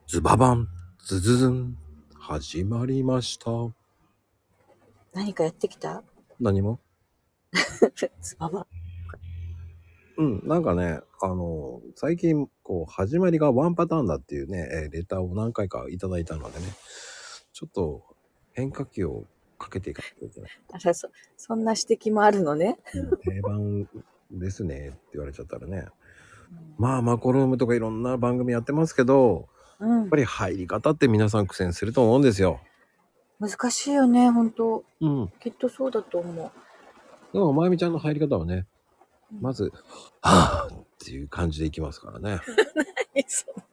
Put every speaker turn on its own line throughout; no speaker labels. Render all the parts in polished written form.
ズババン、ズズズン、始まりました。
何かやってきた
何も
ズババ。
なんかね、最近、始まりがワンパターンだっていうね、レターを何回かいただいたのでね、ちょっと変化球をかけていかなきゃいけない。
あら、そんな指摘もあるのね。
定番ですねって言われちゃったらね。まあ、マコルームとかいろんな番組やってますけど、
うん。
やっぱり入り方って皆さん苦戦すると思うんですよ。
難しいよね、本当
うん。
きっとそうだと思う。
でも、まゆみちゃんの入り方はね、まず、はぁっていう感じでいきますからね。
何その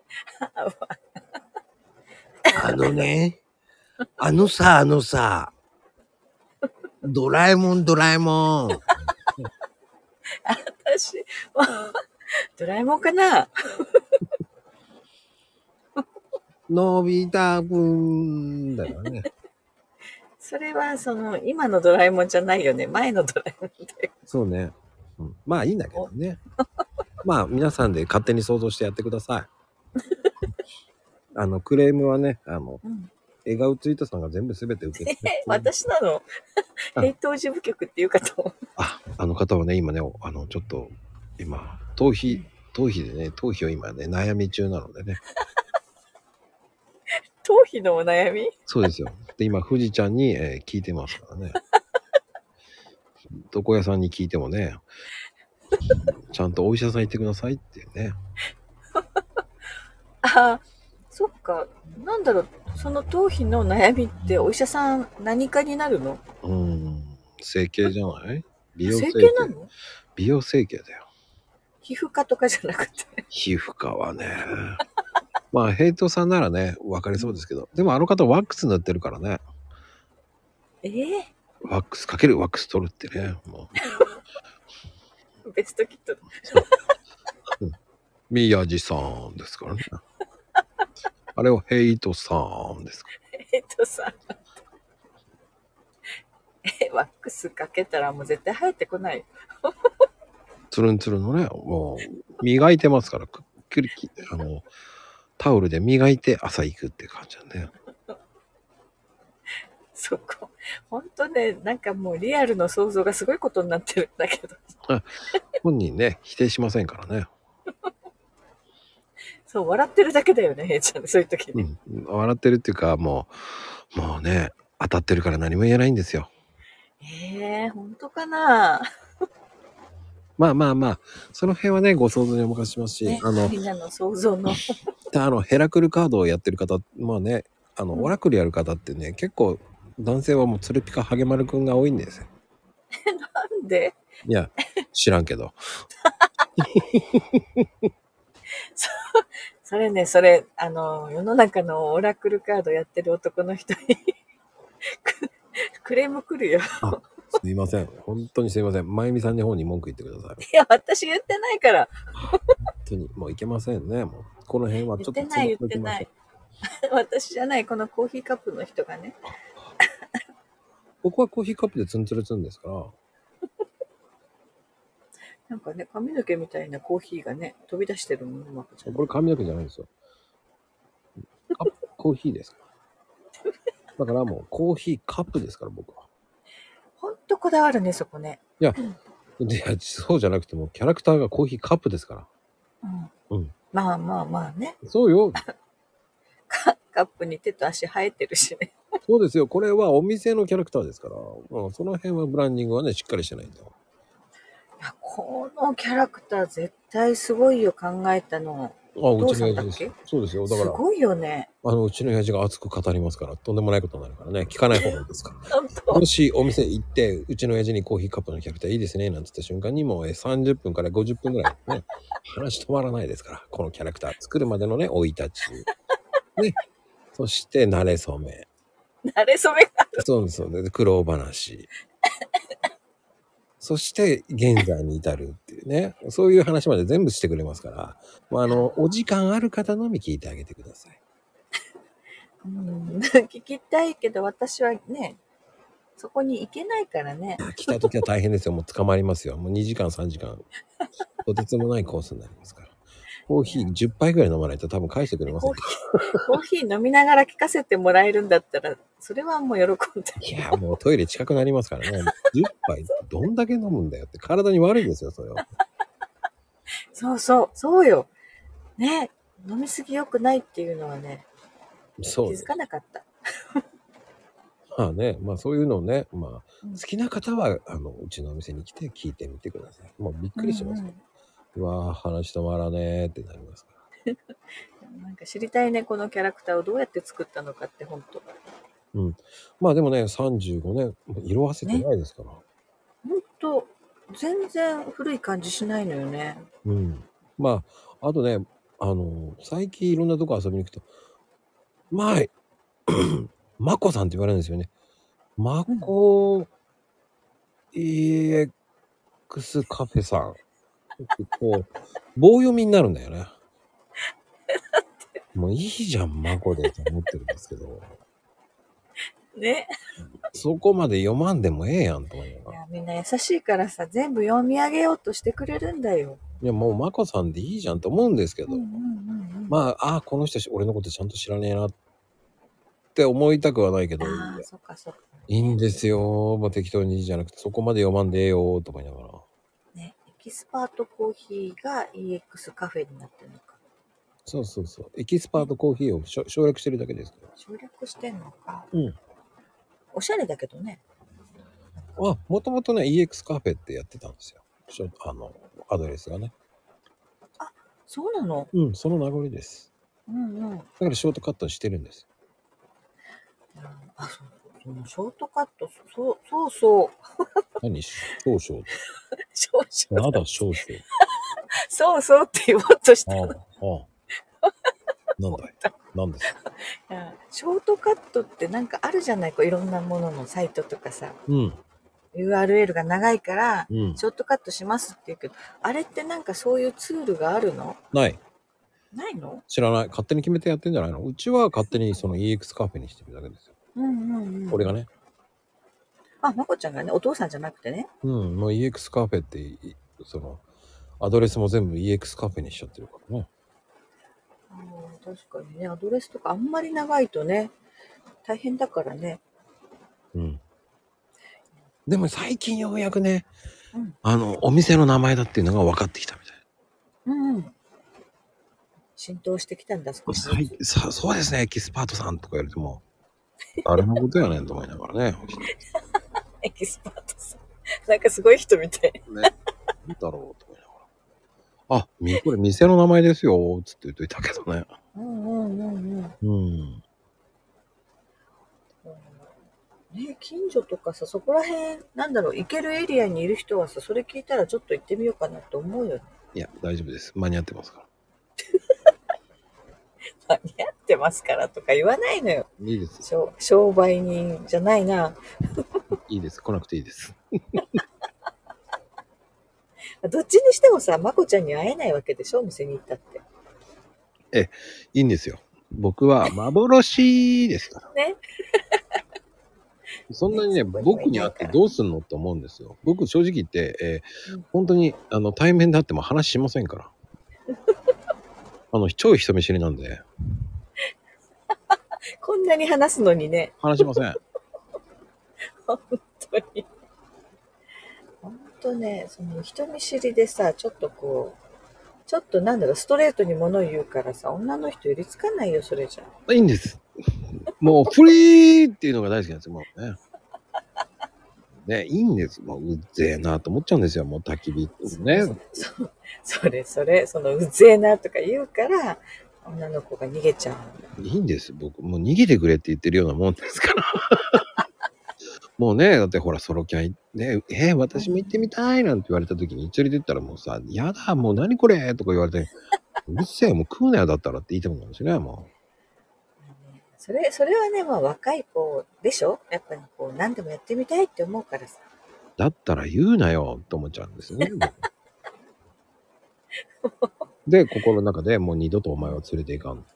あのね、あのさ、ドラえもん。
私、ドラえもんかな。
のび太くんだからね。
それは、今のドラえもんじゃないよね。前のドラえもんで。
そうね。まあいいんだけどね。まあ皆さんで勝手に想像してやってください。クレームはね、
うん、
笑顔ツイートさんが全部すべて受け付けてる。
私なの
あ、
平等事務局っていうかと。
あの方はね、今ね、ちょっと、今、頭皮でね、頭皮を今ね、悩み中なのでね。
頭皮のお悩み。
そうですよ。で、今、富士ちゃんに、聞いてますからね。床屋さんに聞いてもね、ちゃんとお医者さん行ってくださいっていうね。
あ、そっか。なんだろう。その頭皮の悩みってお医者さん何かになるの？
整形じゃない？美容
整
整形。
形なの？
美容整形だよ。
皮膚科とかじゃなくて。
皮膚科はね。まあ、ヘイトさんならね、わかり
うん。
そうですけど。でもあの方ワックス塗ってるからね。
え
ワックスかけるワックス取るってね。も
ベストキットだ。
う、そう。宮地さんですからね。あれはヘイトさんですか
さ、ワックスかけたらもう絶対生えてこない。
ら。つるんつるんのね、もう、磨いてますから、くっくりき、タオルで磨いて朝行くっていう感じだね。
そこ。ほんとね、なんかもうリアルの想像がすごいことになってるんだけど。
あ、本人ね、否定しませんからね。
そう、笑ってるだけだよね、へイちゃん。そういう時に。
笑ってるっていうか、もうね、当たってるから何も言えないんですよ。
ほんとかな。
まあ、その辺はね、ご想像にお任せしますし、
ね、みんなの想像の。
ヘラクルカードをやってる方、まあね、
うん。
オラクルやる方ってね、結構、男性はもうつるピカハゲマルくんが多いんですよ。
なんで？
いや、知らんけど。
そそれね、それ、世の中のオラクルカードやってる男の人にクレーム来るよ。
あ、すいません。本当にすいません。まゆみさんの方に文句言ってください。
いや、私言ってないから。
本当に、もういけませんね。もう、この辺はちょっとつまん
言っ
ときましょ
てない。私じゃない、このコーヒーカップの人がね。
う。僕はコーヒーカップでツンツルツンですから、
なんかね、髪の毛みたいなコーヒーがね、飛び出してるもの、まこちゃんの。
これ髪の毛じゃないんですよ。コーヒーですから。だからもうコーヒーカップですから、僕は。
ほんとこだわるね、そこね。
いや、そうじゃなくても、キャラクターがコーヒーカップですから。
うん。
うん。
まあまあまあね。
そうよ。
カップに手と足生えてるしね。
そうですよ。これはお店のキャラクターですから。その辺はブランディングはね、しっかりしてないと。
いや、このキャラクター絶対すごいよ、考えたの。
あ、うち
お父
の親父です。
さんだっけ？
そうですよ。だから、
すごいよね。
うちの親父が熱く語りますから、とんでもないことになるからね、聞かない方がいいですから。
ほんと。
もしお店行って、うちの親父にコーヒーカップのキャラクターいいですね、なんて言った瞬間にもう30分から50分ぐらいね、話止まらないですから、このキャラクター作るまでのね、生い立ち。ね。そして、慣れ初め。
慣れ初めが。
そうです、そうです。苦労話。そして、現在に至るっていうね。そういう話まで全部してくれますから、お時間ある方のみ聞いてあげてください。
うん、聞きたいけど、私はね、そこに行けないからね。
来た時は大変ですよ。もう捕まりますよ。もう2時間、3時間。とてつもないコースになりますから。 コーヒー10杯ぐらい飲まないと多分返してくれません。
コーヒー飲みながら聞かせてもらえるんだったら、それはもう喜んで。
いや、もうトイレ近くなりますからね。10杯どんだけ飲むんだよって体に悪いんですよ、それは。
そうよ。ね、飲みすぎ良くないっていうのはね、
そう
気づかなかった。
まあね、まあそういうのをね、まあ、
うん
好きな方は、うちのお店に来て聞いてみてください。もうびっくりしますよ。うわぁ、話止まらねーってなりますから。
なんか知りたいね、このキャラクターをどうやって作ったのかって本当。
うん。まあでもね、35年、色あせてないですから。
本当全然古い感じしないのよね。
うん。まあ、あとね、最近いろんなとこ遊びに行くと、まあ、マコさんって言われるんですよね。マコ EX カフェさん。こう、棒読みになるんだよね。もういいじゃん、マコでと思ってるんですけど。
ね。
そこまで読まんでもええやんと思いながら。
いや、みんな優しいからさ、全部読み上げようとしてくれるんだよ。
いや、もうマコさんでいいじゃんと思うんですけど。
うんうんうんうん。
まあ、この人俺のことちゃんと知らねえなって思いたくはないけど、
ああ、そっかそっか。
いいんですよ。もう適当にいいじゃなくて、そこまで読まんでええよと思いながら。
ね、エキスパートコーヒーが EX カフェになってるのか。
そうそうそう。エキスパートコーヒーを省略してるだけですから。
省略してんのか。
うん。
おしゃれだけどね。
もともとね、EX カフェってやってたんですよ。アドレスがね。
そうなの。
うん、その名残です。
うんうん。
だからショートカットしてるんです。
あ、そのショートカット、そう。
何少々。
少々。
まだ少々。
そうって言おうとしたの。
なんだいなんですか。
ショートカットってなんかあるじゃない、こういろんなもののサイトとかさ。
うん。
URL が長いから、
うん。
ショートカットしますって言うけど、あれってなんかそういうツールがあるの？
ない。
ないの？
知らない。勝手に決めてやってんじゃないの？うちは勝手にその EX カフェにしてるだけですよ。俺がね。
あ、まこちゃんがね、お父さんじゃなくてね。
うん。もう EX カフェって、アドレスも全部 EX カフェにしちゃってるからね。
確かにね、アドレスとかあんまり長いとね、大変だからね。
うん。でも最近ようやくね、
うん。
お店の名前だっていうのが分かってきたみたい。
うんうん。浸透してきたんだ、少しずつ。
そうですね、エキスパートさんとか言われても、誰のことやねんと思いながらね。
エキスパートさん。なんかすごい人みたい。
ね。なんだろうと思いながら。これ店の名前ですよ、つって言っといたけどね。うん。
ね、近所とかさ、そこら辺、なんだろう、行けるエリアにいる人はさ、それ聞いたらちょっと行ってみようかなと思うよね。
いや、大丈夫です。間に合ってますから。
間に合ってますからとか言わないのよ。
いいです。
商売人じゃないな。
いいです。来なくていいです。
どっちにしてもさ、まこちゃんに会えないわけでしょ、店に行ったって。
いいんですよ。僕は幻ですから。
ね。
そんなにね、僕に会ってどうすんのって思うんですよ。僕正直言って、本当に対面で会っても話しませんから。超人見知りなんで。
こんなに話すのにね。
話しません。
本当に。本当ね、その人見知りでさ、ちょっとなんだろう、ストレートに物言うからさ、女の人寄りつかないよ、それじゃ。
いいんです。もうフリーっていうのが大好きなんですよ、もうね。ね、いいんです。もううっぜえなと思っちゃうんですよ、もう焚き火ね。
そのうぜえなとか言うから、女の子が逃げちゃう。
いいんです。僕、もう逃げてくれって言ってるようなもんですから。もうね、だってほら、ソロキャン、ね、私も行ってみたいなんて言われた時に一人で言ったらもうさ、やだ、もう何これとか言われて、うるせえ、もう食うなよだったらって言いたくなるんですよね、もう。
それはね、まあ若い子でしょ、やっぱりこう、何でもやってみたいって思うからさ。
だったら言うなよと思っちゃうんですよね。で、心の中でもう二度とお前は連れていかん。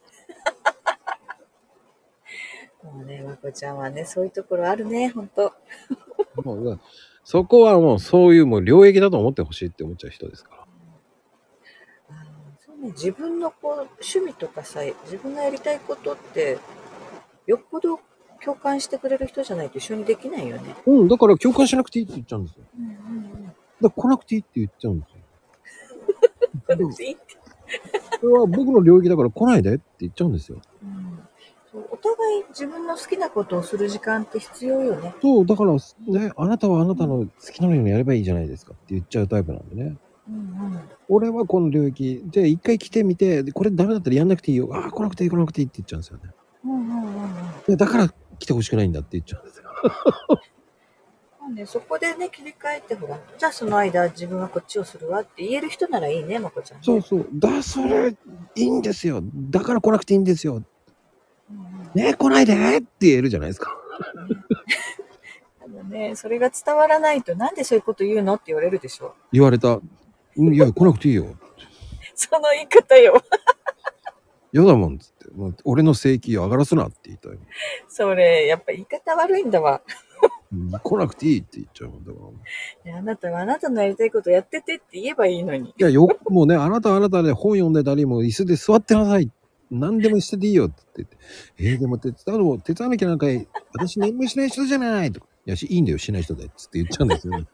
もうね、まこちゃんはね、そういうところあるね、ほんと。
もうそこはもうそういうもう領域だと思ってほしいって思っちゃう人ですから。
ね、自分のこう趣味とかさ、自分がやりたいことってよっぽど共感してくれる人じゃないと一緒にできないよね。
うん、だから共感しなくていいって言っちゃうんですよ。
うんうんうん。
だから来なくていいって言っちゃうんですよ。
これでいいって。
それは僕の領域だから来ないでって言っちゃうんですよ。
うん、そうお互い自分の好きなことをする時間って必要よね。
そう、だからね、あなたはあなたの好きなようにやればいいじゃないですかって言っちゃうタイプなんでね。
うんうん。
俺はこの領域で一回来てみて、でこれダメだったらやんなくていいよ。ああ、来なくていい、来なくていいって言っちゃうんですよね。
うんうんうんうん。
いや、だから来てほしくないんだって言っちゃうんですよ。
まあね、そこでね、切り替えて、ほら、じゃあその間自分はこっちをするわって言える人ならいいね、まこちゃんね。
そうそう。それ、いいんですよ。だから来なくていいんですよ。
うんうん。
ね、来ないでって言えるじゃないですか。
ただね、それが伝わらないと、なんでそういうこと言うのって言われるでしょ。
言われた。うん、いや、来なくていいよ。
その言い方よ。
嫌だもんっつって。もう俺の正規上がらすなって言いたいもん。
それ、やっぱ言い方悪いんだわ。
うん、来なくていいって言っちゃうもんだから。
あなたはあなたのやりたいことやっててって言えばいいのに。
いや、もうね、あなたはあなたで本読んでたり、もう椅子で座ってなさい。何でもしてていいよって言って。でも手伝わなきゃなんか私何もしない人じゃないとか。いや、いいんだよ、しない人で。つって言っちゃうんですよね。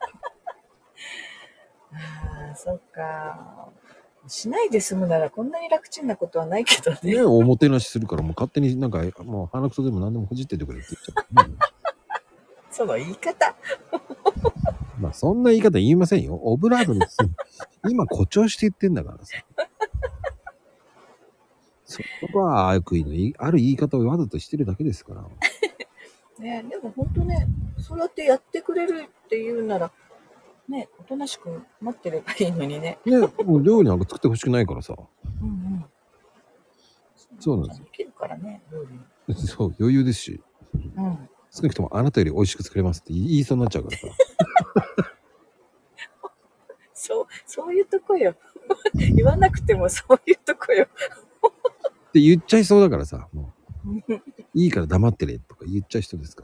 ああ、そっか。しないで済むならこんなに楽ちんなことはないけどね。
ね、おもてなしするから、もう勝手になんか、もう鼻くそでも何でもほじっててくれって言っちゃう。
その言い方。
まあ、そんな言い方言いませんよ。オブラートに包む。今誇張して言ってんだからさ。そこは悪意のある言い方をわざとしてるだけですから。
ね、でも本当ね、そうやってやってくれるっていうなら、ね、おとなしく待ってればいいのにね。
ね、もう料理なんか作ってほしくないからさ。
うんうん。
そうなんですよ。
できるからね、料理。
そう、余裕ですし。
うん。
少なくともあなたより美味しく作れますって言いそうになっちゃうからさ。っ
そういうとこよ。言わなくてもそういうとこよ。
て言っちゃいそうだからさ。もういいから黙ってれとか言っちゃう人ですから。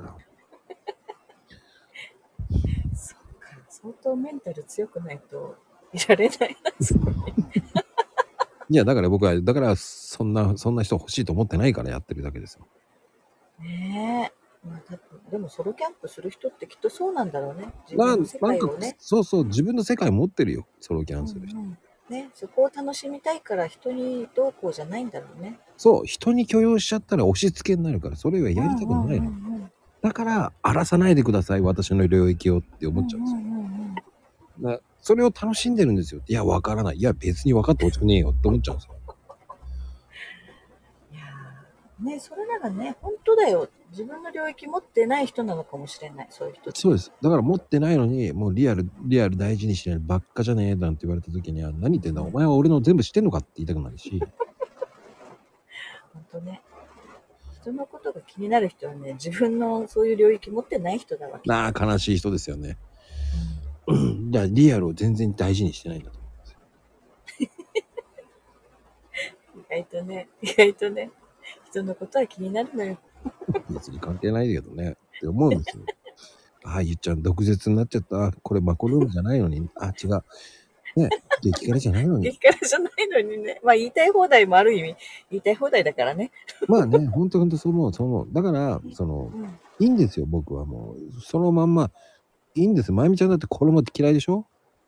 そっか、相当メンタル強くないといられないな、そこに。
いや、だから僕は、だからそんな人欲しいと思ってないからやってるだけですよ。
ねえ。まあ、多分でもソロキャンプする人ってきっとそうなんだろうね。自分の世
なんか、
界をね。
そうそう、自分の世界持ってるよ。ソロキャ
うん
ンする人。
うん。ね、そこを楽しみたいから人にどうこうじゃないんだろうね。
そう、人に許容しちゃったら押し付けになるから、それは
う
やりたく
んうんうんう
ないの。
ん。
だから、荒らさないでください、私の領域をって
うん
思っちゃうんですよ。
うんうんうん。
それを楽しんでるんですよ。いや、わからない。いや、別に分かってほしくねえよって思っちゃうんですよ。
いやーね、それならね、本当だよ。自分の領域持ってない人なのかもしれない、そういう人って。
そうです。だから持ってないのに、もうリアル大事にしないばっかじゃねえなんて言われた時には、何言ってんだ、お前は俺の全部知ってんのかって言いたくなるし。
本当ね。人のことが気になる人はね、自分のそういう領域持ってない人だわけ。
なあ、悲しい人ですよね。じゃあ、リアルを全然大事にしてないんだと思うんですよ。
意外とね、人のことは気になるのよ。
別に関係ないけどね。って思うんですよ。ああ、ゆっちゃん、毒舌になっちゃった。これマコルームじゃないのに。あ、違う。ね、激辛じゃないのに。
激辛じゃないのにね。まあ言いたい放題もある意味、言いたい放題だからね。
まあね、ほんとそう思う、そう思う。だから、
うん。
いいんですよ、僕はもう。そのまんま、いいんです。まゆみちゃんだって衣って嫌いでしょ？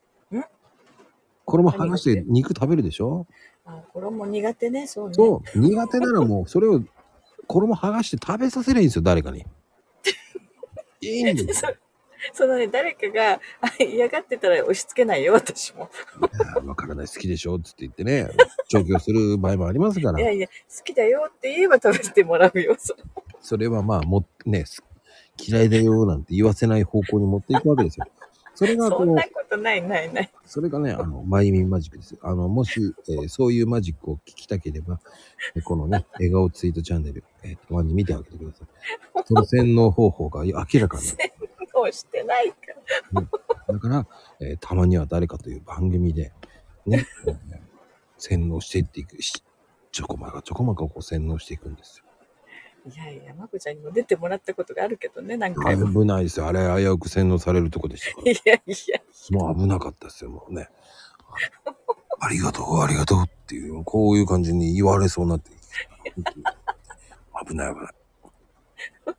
衣剥がして肉食べるでしょ？
あ、衣苦手ね、そうね。
そう、苦手ならもう、それを衣剥がして食べさせりゃいいんですよ、誰かに。いいんですよ。
そのね、誰かが嫌がってたら押し付けないよ、私も。
いや、わからない、好きでしょって言ってね、調教する場合もありますから。
いやいや、好きだよって言えば食べてもらうよ。
それはまあ、ね、嫌いだよなんて言わせない方向に持っていくわけですよ。それが
そんなことないないない。
それがね、マイミンマジックですよ。もし、そういうマジックを聞きたければ、このね、笑顔ツイートチャンネル、たまに見てあげてください。その洗脳方法が明らかになる。
洗脳してないから。
だから、たまには誰かという番組で、ね、洗脳していっていくし、ちょこまかこう洗脳していくんですよ。
いやいや、まこちゃんにも出てもらったことがあるけどね、何回も。
危ないですよ。あれ、危うく洗脳されるとこでしたから。
いやいや。
もう危なかったですよ、もうね。 ありがとう、ありがとうっていう、こういう感じに言われそうになって、危ない危ない。